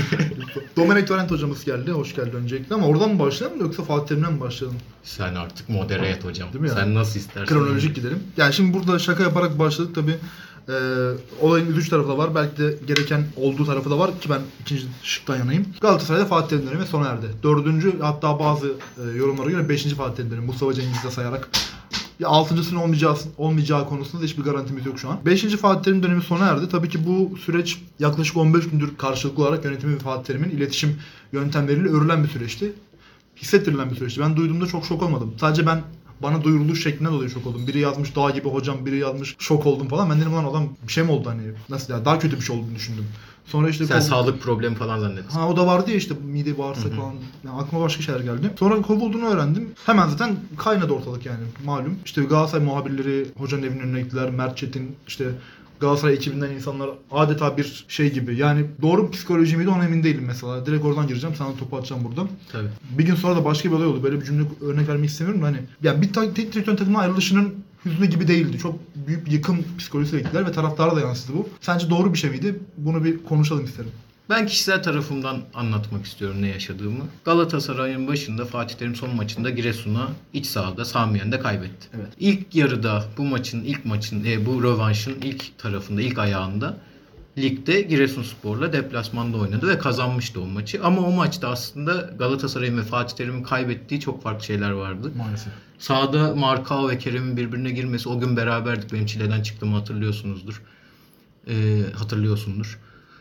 Domenek Torrent hocamız geldi. Hoş geldin öncelikle ama oradan mı başlayalım yoksa Fatih Terim'den mi başlayalım? Sen artık modere et hocam. Değil mi ya? Sen nasıl istersen. Kronolojik gidelim. Yani şimdi burada şaka yaparak başladık tabi. Ee, olayın üzücü tarafı da var. Belki de gereken olduğu tarafı da var ki ben ikinci şıktan yanayım. Galatasaray'da Fatih Terim dönemi sona erdi. Dördüncü hatta bazı e, yorumlara göre beşinci Fatih Terim dönemi. Mustafa Cengiz'i de sayarak. Ya altıncısının olmayacağı, olmayacağı konusunda hiçbir garantimiz yok şu an. beşinci Fatih Terim dönemi sona erdi. Tabii ki bu süreç yaklaşık on beş gündür karşılıklı olarak yönetimi ve Fatih Terim'in iletişim yöntemleriyle örülen bir süreçti. Hissettirilen bir süreçti. Ben duyduğumda çok şok olmadım. Sadece ben bana duyuruluş şeklinden dolayı şok oldum. Biri yazmış dağ gibi hocam, biri yazmış şok oldum falan. Ben dedim lan adam bir şey mi oldu hani nasıl ya daha kötü bir şey olduğunu düşündüm. Sonra işte Sen kov- sağlık problemi falan zannettin. Ha o da vardı ya işte mide bağırsak falan. Yani aklıma başka şeyler geldi. Sonra kovulduğunu öğrendim. Hemen zaten kaynadı ortalık yani malum. İşte Galatasaray muhabirleri hocanın evinin önüne gittiler. Mert Çetin işte Galatasaray ekibinden insanlar adeta bir şey gibi. Yani doğru psikoloji miydi ona emin değilim mesela. Direkt oradan gireceğim. Sana topu atacağım burada. Tabii. Bir gün sonra da başka bir olay oldu. Böyle bir cümle örnek vermek istemiyorum da hani. Yani bir ta- tek direktörün takımdan ayrılışının hüznü gibi değildi. Çok büyük bir yıkım psikolojisiyle gittiler ve taraftara da yansıdı bu. Sence doğru bir şey miydi? Bunu bir konuşalım isterim. Ben kişisel tarafımdan anlatmak istiyorum ne yaşadığımı. Galatasaray'ın başında Fatih Terim son maçında Giresun'a iç sahada Samiyen'de kaybetti. Evet. İlk yarıda bu maçın ilk maçın e, bu rövanşın ilk tarafında ilk ayağında ligde Giresunspor'la deplasmanda oynadı ve kazanmıştı o maçı. Ama o maçta aslında Galatasaray'ın ve Fatih Terim'in kaybettiği çok farklı şeyler vardı. Maalesef. Sahada Markao ve Kerem'in birbirine girmesi, o gün beraberdik. Benim Çile'den çıktığımı hatırlıyorsunuzdur. Ee, hatırlıyorsundur.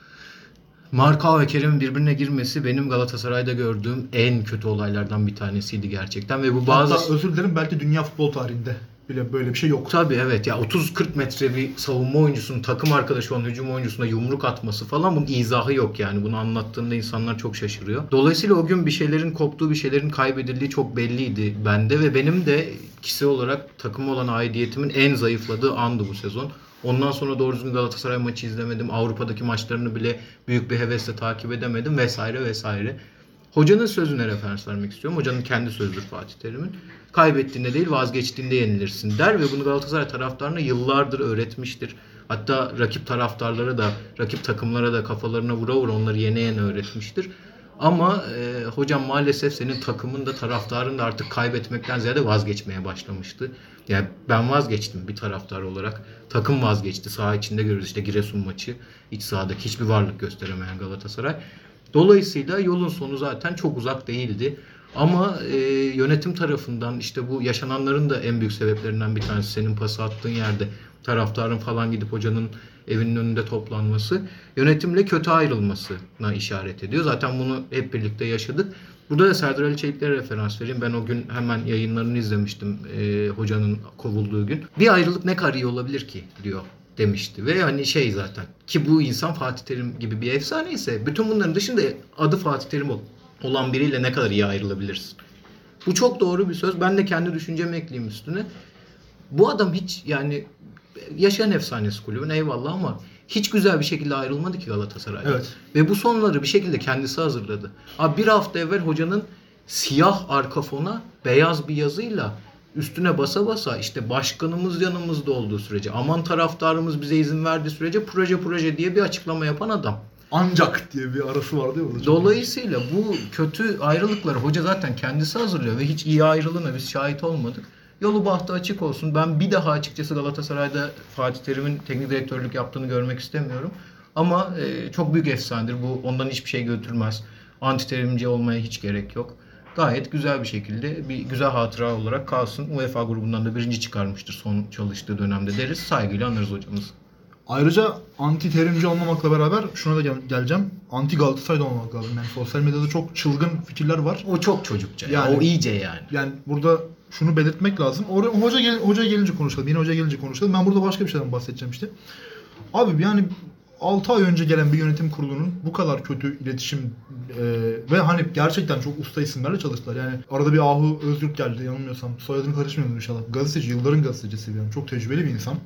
Markao ve Kerem'in birbirine girmesi benim Galatasaray'da gördüğüm en kötü olaylardan bir tanesiydi gerçekten ve bu bazı Hatta özür dilerim belki dünya futbol tarihinde bile böyle bir şey yok. tabii evet ya otuz kırk metre bir savunma oyuncusunun takım arkadaşı olan hücum oyuncusuna yumruk atması falan bunun izahı yok yani. Bunu anlattığında insanlar çok şaşırıyor. Dolayısıyla o gün bir şeylerin koptuğu, bir şeylerin kaybedildiği çok belliydi bende ve benim de kişisel olarak takıma olan aidiyetimin en zayıfladığı andı bu sezon. Ondan sonra doğru düzgün Galatasaray maçı izlemedim. Avrupa'daki maçlarını bile büyük bir hevesle takip edemedim vesaire vesaire. Hocanın sözüne referans vermek istiyorum. Hocanın kendi sözüdür Fatih Terim'in. Kaybettiğinde değil vazgeçtiğinde yenilirsin der ve bunu Galatasaray taraftarına yıllardır öğretmiştir. Hatta rakip taraftarlara da, rakip takımlara da kafalarına vura vura onları yene yene öğretmiştir. Ama e, hocam maalesef senin takımın da taraftarın da artık kaybetmekten ziyade vazgeçmeye başlamıştı. Yani ben vazgeçtim bir taraftar olarak. Takım vazgeçti. Saha içinde görüyoruz işte Giresun maçı. İç sahadaki hiçbir varlık gösteremeyen Galatasaray. Dolayısıyla yolun sonu zaten çok uzak değildi. Ama e, yönetim tarafından işte bu yaşananların da en büyük sebeplerinden bir tanesi senin pası attığın yerde taraftarın falan gidip hocanın evinin önünde toplanması yönetimle kötü ayrılmasına işaret ediyor. Zaten bunu hep birlikte yaşadık. Burada da Serdar Ali Çelikler'e referans vereyim. Ben o gün hemen yayınlarını izlemiştim e, hocanın kovulduğu gün. Bir ayrılık ne kadar iyi olabilir ki diyor demişti. Ve hani şey zaten ki bu insan Fatih Terim gibi bir efsane ise bütün bunların dışında adı Fatih Terim olan biriyle ne kadar iyi ayrılabilirsin? Bu çok doğru bir söz. Ben de kendi düşüncemi ekleyeyim üstüne. Bu adam hiç yani yaşayan efsanesi kulübün eyvallah ama hiç güzel bir şekilde ayrılmadı ki Galatasaray'da. Evet. Ve bu sonları bir şekilde kendisi hazırladı. Abi bir hafta evvel hocanın siyah arka fona beyaz bir yazıyla üstüne basa basa işte başkanımız yanımızda olduğu sürece, aman taraftarımız bize izin verdiği sürece proje proje diye bir açıklama yapan adam. Ancak diye bir arası vardı ya orada. Dolayısıyla bu kötü ayrılıkları hoca zaten kendisi hazırlıyor ve hiç iyi ayrılığına biz şahit olmadık. Yolu bahtı açık olsun. Ben bir daha açıkçası Galatasaray'da Fatih Terim'in teknik direktörlük yaptığını görmek istemiyorum. Ama e, çok büyük efsanedir. Bu ondan hiçbir şey götürmez. Anti terimci olmaya hiç gerek yok. Gayet güzel bir şekilde bir güzel hatıra olarak kalsın. UEFA grubundan da birinci çıkarmıştır son çalıştığı dönemde deriz. Saygıyla anırız hocamızı. Ayrıca anti terimci olmamakla beraber şuna da gel- geleceğim. Anti Galatasaray'da olmamak lazım. Yani sosyal medyada çok çılgın fikirler var. O çok çocukça. Yani- Yani, o iyice yani. Yani burada şunu belirtmek lazım. Oraya hoca gel hoca gelince konuşalım. Yine hoca gelince konuşalım. Ben burada başka bir şeyden bahsedeceğim işte. Abi yani altı ay önce gelen bir yönetim kurulunun bu kadar kötü iletişim e, ve hani gerçekten çok usta isimlerle çalıştılar. Yani arada bir Ahu Özgürk geldi yanılmıyorsam. Soyadını karışmıyorum inşallah. Gazeteci, yılların gazetecisi yani. Çok tecrübeli bir insan.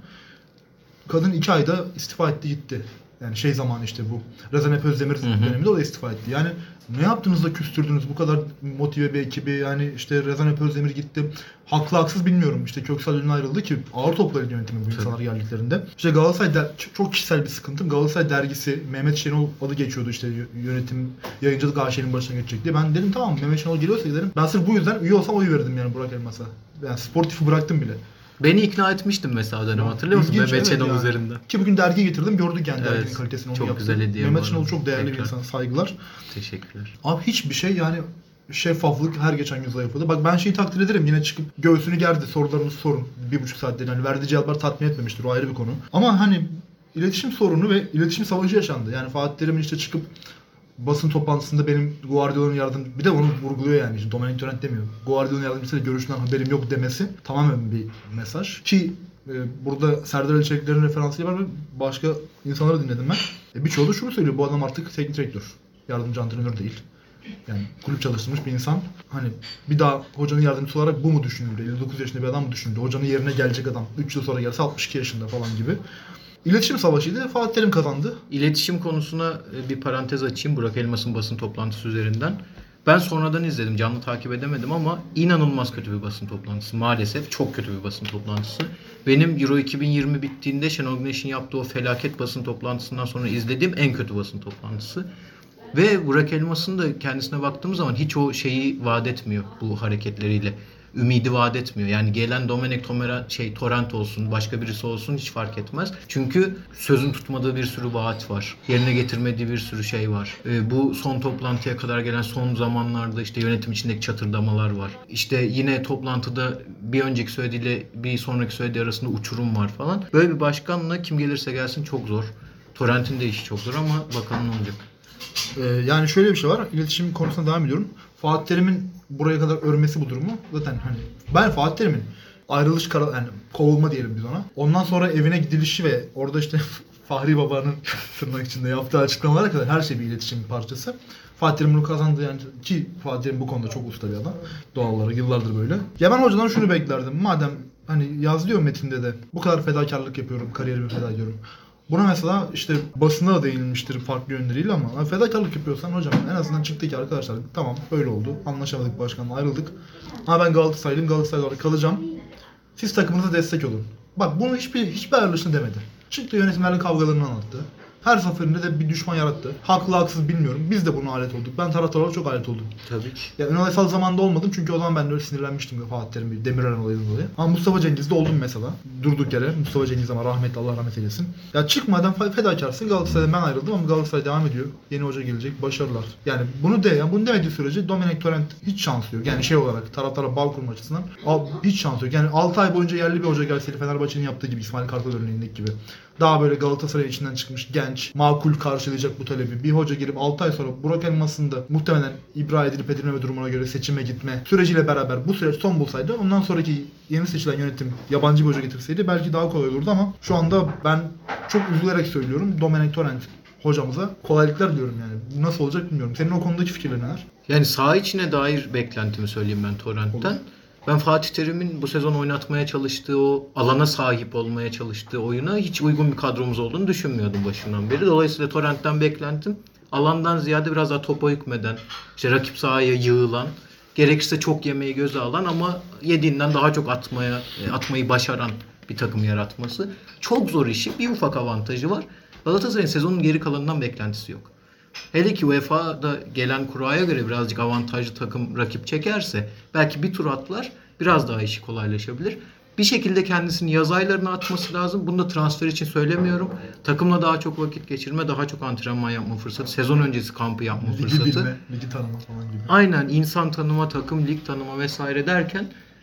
Kadın iki ayda istifa etti gitti. Yani şey zaman işte bu Rezan Ep Özdemir Hı hı. döneminde o da istifa etti. Yani ne yaptınız da küstürdünüz bu kadar motive bir ekibi, yani işte Rezan Ep Özdemir gitti. Haklı haksız bilmiyorum. İşte Köksal Ünlü ayrıldı ki ağır topların yönetimi bu insanlar geldiklerinde. İşte Galatasaray der, çok kişisel bir sıkıntım. Galatasaray dergisi Mehmet Şenol adı geçiyordu işte yönetim yayıncılık A Ş'nin başına geçecek diye. Ben dedim tamam Mehmet Şenol geliyorsa giderim. Ben sırf bu yüzden üye olsam oy verirdim yani Burak Elmas'a. Yani sportifi bıraktım bile. Beni ikna etmiştim mesela dönem hatırlıyor musun? İlginç, Mehmet evet Şenol yani. üzerinden. Ki bugün dergi getirdim gördük yani Evet, derginin kalitesini onu çok yaptı. güzel hediye Mehmet bu Şenol arada. çok değerli bir Tekrar. insan, saygılar. Teşekkürler. Abi hiçbir şey yani şeffaflık her geçen gün zayıfladı. Bak ben şeyi takdir ederim yine çıkıp göğsünü gerdi sorularınızı sorun. Bir buçuk saatte yani verdiği cevaplar tatmin etmemiştir o ayrı bir konu. Ama hani iletişim sorunu ve iletişim savaşı yaşandı. Yani Fatih Terim'in işte çıkıp basın toplantısında benim Guardiola'nın yardımcısı, bir de onu vurguluyor yani işte Domenic Torrent demiyor. Guardiola'nın yardımcısıyla görüşmeden haberim yok demesi tamamen bir mesaj. Ki e, burada Serdar Ali Çelikler'in referansıyla var ve başka insanları dinledim ben. E, birçoğu da şunu söylüyor, bu adam artık teknik direktör, yardımcı antrenör değil. Yani kulüp çalıştırmış bir insan. Hani bir daha hocanın yardımcısı olarak bu mu düşünüldü? elli dokuz yaşında bir adam mı düşünüldü? Hocanın yerine gelecek adam üç yıl sonra gelse altmış iki yaşında falan gibi. İletişim savaşıydı. Fatih Terim kazandı. İletişim konusuna bir parantez açayım Burak Elmas'ın basın toplantısı üzerinden. Ben sonradan izledim, canlı takip edemedim ama inanılmaz kötü bir basın toplantısı. Maalesef çok kötü bir basın toplantısı. Benim Euro iki bin yirmi bittiğinde Şenol Güneş'in yaptığı o felaket basın toplantısından sonra izlediğim en kötü basın toplantısı. Ve Burak Elmas'ın da kendisine baktığımız zaman hiç o şeyi vaat etmiyor bu hareketleriyle. Ümidi vaat etmiyor. Yani gelen Domenic Tomera, şey Torrent olsun, başka birisi olsun hiç fark etmez. Çünkü sözün tutmadığı bir sürü vaat var. Yerine getirmediği bir sürü şey var. Ee, bu son toplantıya kadar gelen son zamanlarda işte yönetim içindeki çatırdamalar var. İşte yine toplantıda bir önceki söylediğiyle bir sonraki söylediği arasında uçurum var falan. Böyle bir başkanla kim gelirse gelsin çok zor. Torrent'in de işi çok zor ama bakalım ne olacak. Ee, yani şöyle bir şey var. İletişim konusuna devam ediyorum. Fatih Terim'in buraya kadar örmesi bu durumu. Zaten hani ben Fatih Terim'in ayrılış kararı, yani kovulma diyelim biz ona. Ondan sonra evine gidilişi ve orada işte Fahri Baba'nın tırnak içinde yaptığı açıklamalara kadar her şey bir iletişim parçası. Fatih Terim bunu kazandı yani ki Fatih Terim bu konuda çok usta bir adam. Doğal olarak yıllardır böyle. Ya ben hocadan şunu beklerdim. Madem hani yazıyor metinde de bu kadar fedakarlık yapıyorum, kariyerimi feda ediyorum. Buna mesela işte basında da değinilmiştir farklı yönleriyle ama fedakarlık yapıyorsan hocam en azından çıktı ki arkadaşlar tamam böyle oldu. Anlaşamadık başkanla ayrıldık. Ama ben Galatasaraylıyım, Galatasaray'da olarak kalacağım. Siz takımınıza destek olun. Bak bunu hiçbir hiçbir ayrılışını demedi. Çıktı yönetimlerle kavgalarını anlattı. Her seferinde de bir düşman yarattı. Haklı haksız bilmiyorum. Biz de buna alet olduk. Ben taraftar olarak çok alet oldum. Tabii ki. Ya Ünal Aysal zamanında olmadım çünkü o zaman ben de öyle sinirlenmiştim Fatih Terim bir Demirören olayından dolayı. Ama Mustafa Cengiz'de oldum mesela. Durduk yere. Mustafa Cengiz ama rahmetli Allah rahmet eylesin. Ya çıkmadan fedakarsın. Galatasaray'dan ben ayrıldım ama Galatasaray devam ediyor. Yeni hoca gelecek. Başarılar. Yani bunu de ya bunu demediği sürece Domenic Torrent hiç şansı yok. Yani şey olarak taraftara bağ kurma açısından hiç şansı yok. Yani altı ay boyunca yerli bir hoca gelseydi Fenerbahçe'nin yaptığı gibi İsmail Kartal örneğindeki gibi. Daha böyle Galatasaray içinden çıkmış genç, makul karşılayacak bu talebi. Bir hoca gelip altı ay sonra Burak Elmas'ın da muhtemelen ibra edilip edilmeme durumuna göre seçime gitme süreciyle beraber bu süreç son bulsaydı ondan sonraki yeni seçilen yönetim yabancı bir hoca getirseydi belki daha kolay olurdu ama şu anda ben çok üzülerek söylüyorum Domenic Torrent hocamıza kolaylıklar diyorum yani. Nasıl olacak bilmiyorum. Senin o konudaki fikirlerin neler? Yani saha içine dair beklentimi söyleyeyim ben Torrent'ten. Olur. Ben Fatih Terim'in bu sezon oynatmaya çalıştığı o alana sahip olmaya çalıştığı oyuna hiç uygun bir kadromuz olduğunu düşünmüyordum başından beri. Dolayısıyla Torrent'ten beklentim alandan ziyade biraz daha topa hükmeden, işte rakip sahaya yığılan, gerekirse çok yemeği göze alan ama yediğinden daha çok atmaya atmayı başaran bir takım yaratması. Çok zor işi. Bir ufak avantajı var. Galatasaray'ın sezonun geri kalanından beklentisi yok. Hele ki U E F A'da gelen kuraya göre birazcık avantajlı takım rakip çekerse belki bir tur atlar, biraz daha işi kolaylaşabilir. Bir şekilde kendisini yaz aylarına atması lazım. Bunu da transfer için söylemiyorum. Takımla daha çok vakit geçirme, daha çok antrenman yapma fırsatı, sezon öncesi kampı yapma Ligi fırsatı. bilme, ligi tanıma falan gibi. Aynen, insan tanıma, takım, lig tanıma vesaire derken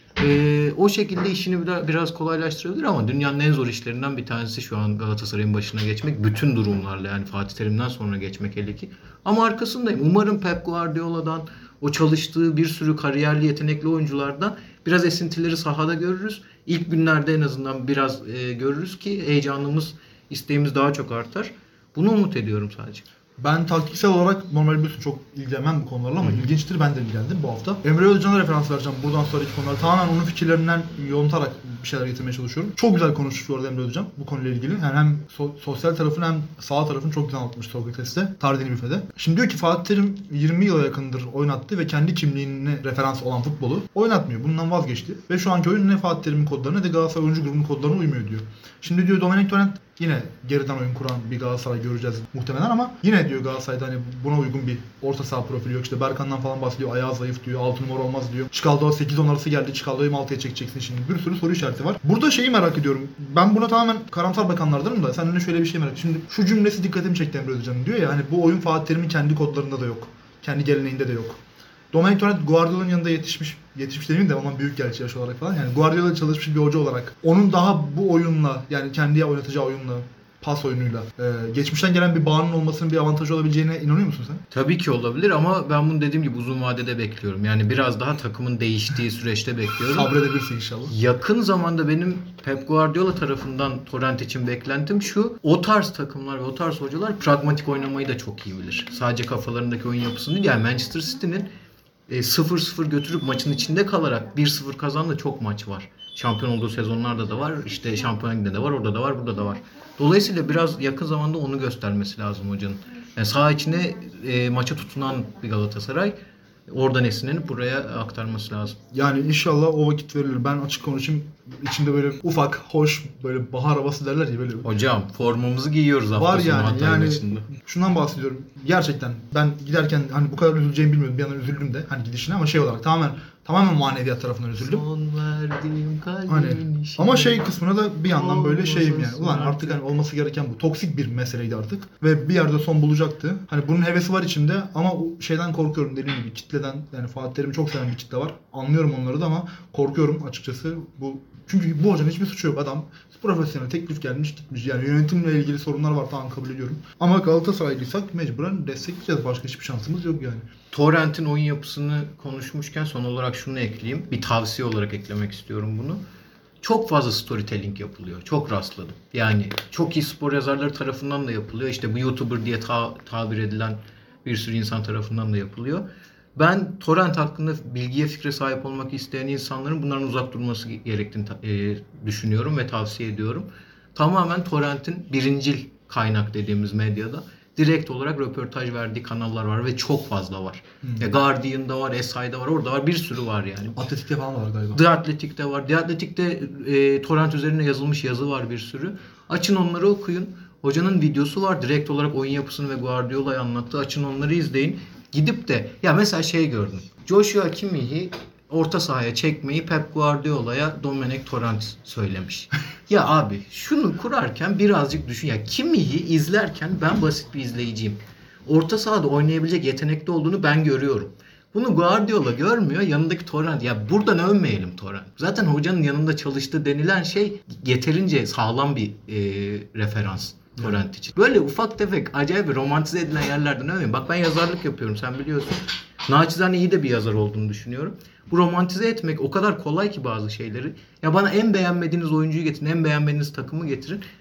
e, o şekilde işini biraz, biraz kolaylaştırabilir ama dünyanın en zor işlerinden bir tanesi şu an Galatasaray'ın başına geçmek. Bütün durumlarla, yani Fatih Terim'den sonra geçmek hele ki. Ama arkasındayım. Umarım Pep Guardiola'dan, o çalıştığı bir sürü kariyerli, yetenekli oyunculardan biraz esintileri sahada görürüz. İlk günlerde en azından biraz e, görürüz ki heyecanımız, isteğimiz daha çok artar. Bunu umut ediyorum sadece. Ben taktiksel olarak normal biliyorsun çok ilgilenmem bu konularla ama ilginçtir, ben de ilgilendim bu hafta. Emre Özcan'a referans vereceğim buradan sonraki konuları. Tamamen onun fikirlerinden yontarak bir şeyler getirmeye çalışıyorum. Çok güzel konuşmuş bu arada Emre Özcan bu konuyla ilgili. Yani hem so- sosyal tarafını hem sağ tarafını çok güzel anlatmış Sokrates'te. Tardini büfede. Şimdi diyor ki Fatih Terim yirmi yıla yakındır oynattı ve kendi kimliğine referans olan futbolu oynatmıyor. Bundan vazgeçti. Ve şu anki oyun ne Fatih Terim'in kodlarına ne de Galatasaray oyuncu grubunun kodlarına uymuyor diyor. Şimdi diyor Domenic Torrent yine geriden oyun kuran bir Galatasaray göreceğiz muhtemelen ama yine diyor Galatasaray'da hani buna uygun bir orta saha profili yok. İşte Berkan'dan falan bahsediyor. Ayağı zayıf diyor. altı numara olmaz diyor. Çikaldo sekiz on arası geldi. Çikaldo'yu mu altıya çekeceksin şimdi? Bir sürü soru işareti var. Burada şeyi merak ediyorum. Ben buna tamamen karamsar bakanlardanım da senden şöyle bir şey merak ediyorum. Şimdi şu cümlesi dikkatimi çekti Emre Özcan'ın, diyor ya hani bu oyun Fatih Terim'in kendi kodlarında da yok. Kendi geleneğinde de yok. Domenic Torrent Guardiola'nın yanında yetişmiş, yetişmiş demeyeyim de ondan büyük gerçi yaş olarak falan. Yani Guardiola çalışmış bir hoca olarak onun daha bu oyunla, yani kendi oynatacağı oyunla, pas oyunuyla e, geçmişten gelen bir bağının olmasının bir avantajı olabileceğine inanıyor musun sen? Tabii ki olabilir ama ben bunu dediğim gibi uzun vadede bekliyorum. Yani biraz daha takımın değiştiği süreçte bekliyorum. Sabredebilirsin inşallah. Yakın zamanda benim Pep Guardiola tarafından Torrent için beklentim şu: o tarz takımlar ve o tarz hocalar pragmatik oynamayı da çok iyi bilir. Sadece kafalarındaki oyun yapısını değil. Yani Manchester City'nin e, sıfır sıfır götürüp maçın içinde kalarak bir sıfır kazandığı çok maç var. Şampiyon olduğu sezonlarda da var. İşte Şampiyonlar Ligi'nde de var, orada da var, burada da var. Dolayısıyla biraz yakın zamanda onu göstermesi lazım hocanın. Yani saha içine e, maça tutunan bir Galatasaray, oradan esinlenip buraya aktarması lazım. Yani inşallah o vakit verilir. Ben açık konuşayım, içinde böyle ufak, hoş, böyle bahar havası derler ya böyle. Hocam formamızı giyiyoruz hafta Var sonu yani, Hatay yani maçında. şundan bahsediyorum. Gerçekten ben giderken hani bu kadar üzüleceğimi bilmiyordum. Bir yandan üzüldüm de hani gidişine ama şey olarak tamamen tamamen maneviyat tarafından üzüldüm. Son verdiğim kalbin Hani işine. ama şey kısmına da bir yandan böyle şeyim yani. Ulan Olmasın artık hani olması gereken bu. Toksik bir meseleydi artık. Ve bir yerde son bulacaktı. Hani bunun hevesi var içimde ama o şeyden korkuyorum, dediğim gibi kitleden. Yani Fatih Terim'i çok seven bir kitle var. Anlıyorum onları da ama korkuyorum açıkçası. Bu çünkü bu hocanın hiçbir suçu yok. Adam profesyonel, teklif gelmiş gitmiş. Yani yönetimle ilgili sorunlar var, tamam, kabul ediyorum. Ama Galatasaraylıysak mecburen destekleyeceğiz. Başka hiçbir şansımız yok yani. Torrent'in oyun yapısını konuşmuşken son olarak şunu ekleyeyim. Bir tavsiye olarak eklemek istiyorum bunu. Çok fazla storytelling yapılıyor. Çok rastladım. Yani çok iyi spor yazarları tarafından da yapılıyor. İşte bu YouTuber diye ta- tabir edilen bir sürü insan tarafından da yapılıyor. Ben Torrent hakkında bilgiye, fikre sahip olmak isteyen insanların bunların uzak durması gerektiğini e, düşünüyorum ve tavsiye ediyorum. Tamamen Torrent'in birincil kaynak dediğimiz medyada direkt olarak röportaj verdiği kanallar var ve çok fazla var. Hmm. Ya Guardian'da var, S I'da var, orada var, bir sürü var yani. Atletik'te falan var galiba. The Athletic'te var. The Athletic'te e, Torrent üzerine yazılmış yazı var bir sürü. Açın onları okuyun. Hocanın videosu var. Direkt olarak oyun yapısını ve Guardiola'yı anlattığı. Açın onları izleyin. Gidip de ya mesela şey gördüm. Joshua Kimmich'i orta sahaya çekmeyi Pep Guardiola'ya Domenic Torrent söylemiş. Ya abi şunu kurarken birazcık düşün. Ya Kimmich'i izlerken ben basit bir izleyiciyim. Orta sahada oynayabilecek yetenekli olduğunu ben görüyorum. Bunu Guardiola görmüyor. Yanındaki Torrent. Ya buradan övmeyelim Torrent. Zaten hocanın yanında çalıştığı denilen şey yeterince sağlam bir e, referans. Torrent için. Böyle ufak tefek acayip romantize edilen yerlerden övmeyin. Bak ben yazarlık yapıyorum, sen biliyorsun. Naçizane iyi de bir yazar olduğunu düşünüyorum. Bu romantize etmek o kadar kolay ki bazı şeyleri. Ya bana en beğenmediğiniz oyuncuyu getirin, en beğenmediğiniz takımı getirin.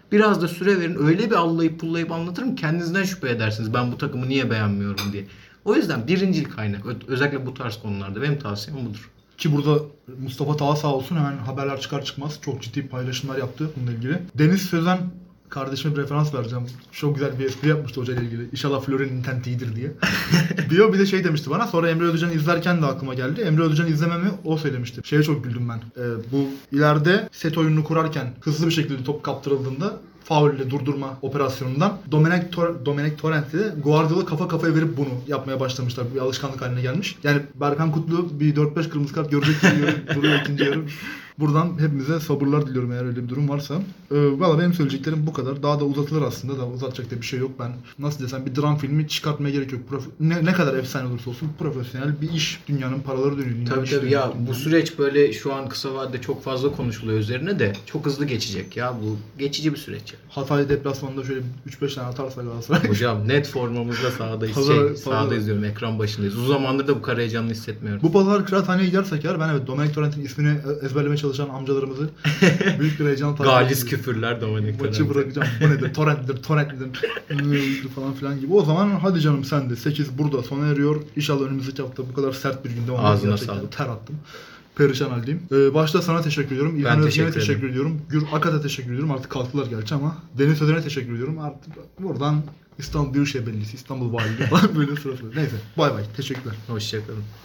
Biraz da süre verin. Öyle bir allayıp pullayıp anlatırım ki kendinizden şüphe edersiniz. Ben bu takımı niye beğenmiyorum diye. O yüzden birincil kaynak. Ö- Özellikle bu tarz konularda benim tavsiyem budur. Ki burada Mustafa Taha sağ olsun hemen haberler çıkar çıkmaz çok ciddi paylaşımlar yaptı bununla ilgili. Deniz Sözen kardeşime bir referans vereceğim. Çok güzel bir espri yapmıştı hocayla ilgili. İnşallah Florya'nın intenti iyidir diye. Diyor bir de şey demişti bana. Sonra Emre Ödücan'ı izlerken de aklıma geldi. Emre Ödücan'ı izlememi o söylemişti. Şeye çok güldüm ben. Ee, bu ileride set oyununu kurarken hızlı bir şekilde top kaptırıldığında faul ile durdurma operasyonundan Domenech, Tor- Domenech Torrent'le de Guardiola kafa kafaya verip bunu yapmaya başlamışlar. Bir alışkanlık haline gelmiş. Yani Berkan Kutlu bir dört beş kırmızı kart görecek gibi duruyor ikinci yarı. Buradan hepimize sabırlar diliyorum eğer öyle bir durum varsa. Ee, Valla benim söyleyeceklerim bu kadar. Daha da uzatılır aslında da uzatacak da bir şey yok. Ben nasıl desem bir dram filmi çıkartmaya gerek yok. Prof- ne, ne kadar efsane olursa olsun profesyonel bir iş. Dünyanın paraları dönüyor. Dünyanın Tabii işi tabii dönüyor. ya bu süreç böyle şu an kısa vadede çok fazla konuşuluyor üzerine de çok hızlı geçecek ya bu geçici bir süreç. Ya. Hatay deplasmanında şöyle üç beş tane atarsa Galatasaray. Hocam net formamızda sahadayız. Pazar- Şey, pazar- sahada izliyorum ekran başındayız. Uzun zamandır da bu kadar heyecanlı hissetmiyorum. Bu pazar Kıraathane'ye gidersek eğer ben evet Domenech Torrent'in ismini ezberlemeye çalışan amcalarımızı büyük bir heyecanla takip Galis ediyorum. küfürler Domenech Maçı Torrent'e. bırakacağım. Bu nedir? Torrent'dir, torrent'dir. Neydi falan filan gibi. O zaman hadi canım sen de. sekiz burada sona eriyor. İnşallah önümüzdeki hafta bu kadar sert bir günde olmaz. Ağzına Gerçekten sağlık. ter attım. Perişan haldeyim. Ee, başta sana teşekkür ediyorum. İlhan Özgen'e teşekkür teşekkür, ederim. ediyorum. Gür Akat'a teşekkür ediyorum. Artık kalktılar gerçi ama. Deniz Sözen'e teşekkür ediyorum. Artık buradan İstanbul Büyükşehir Belediyesi, İstanbul Valiliği falan böyle sıra sıra. Neyse. Bay bay. Teşekkürler. Hoşçakalın.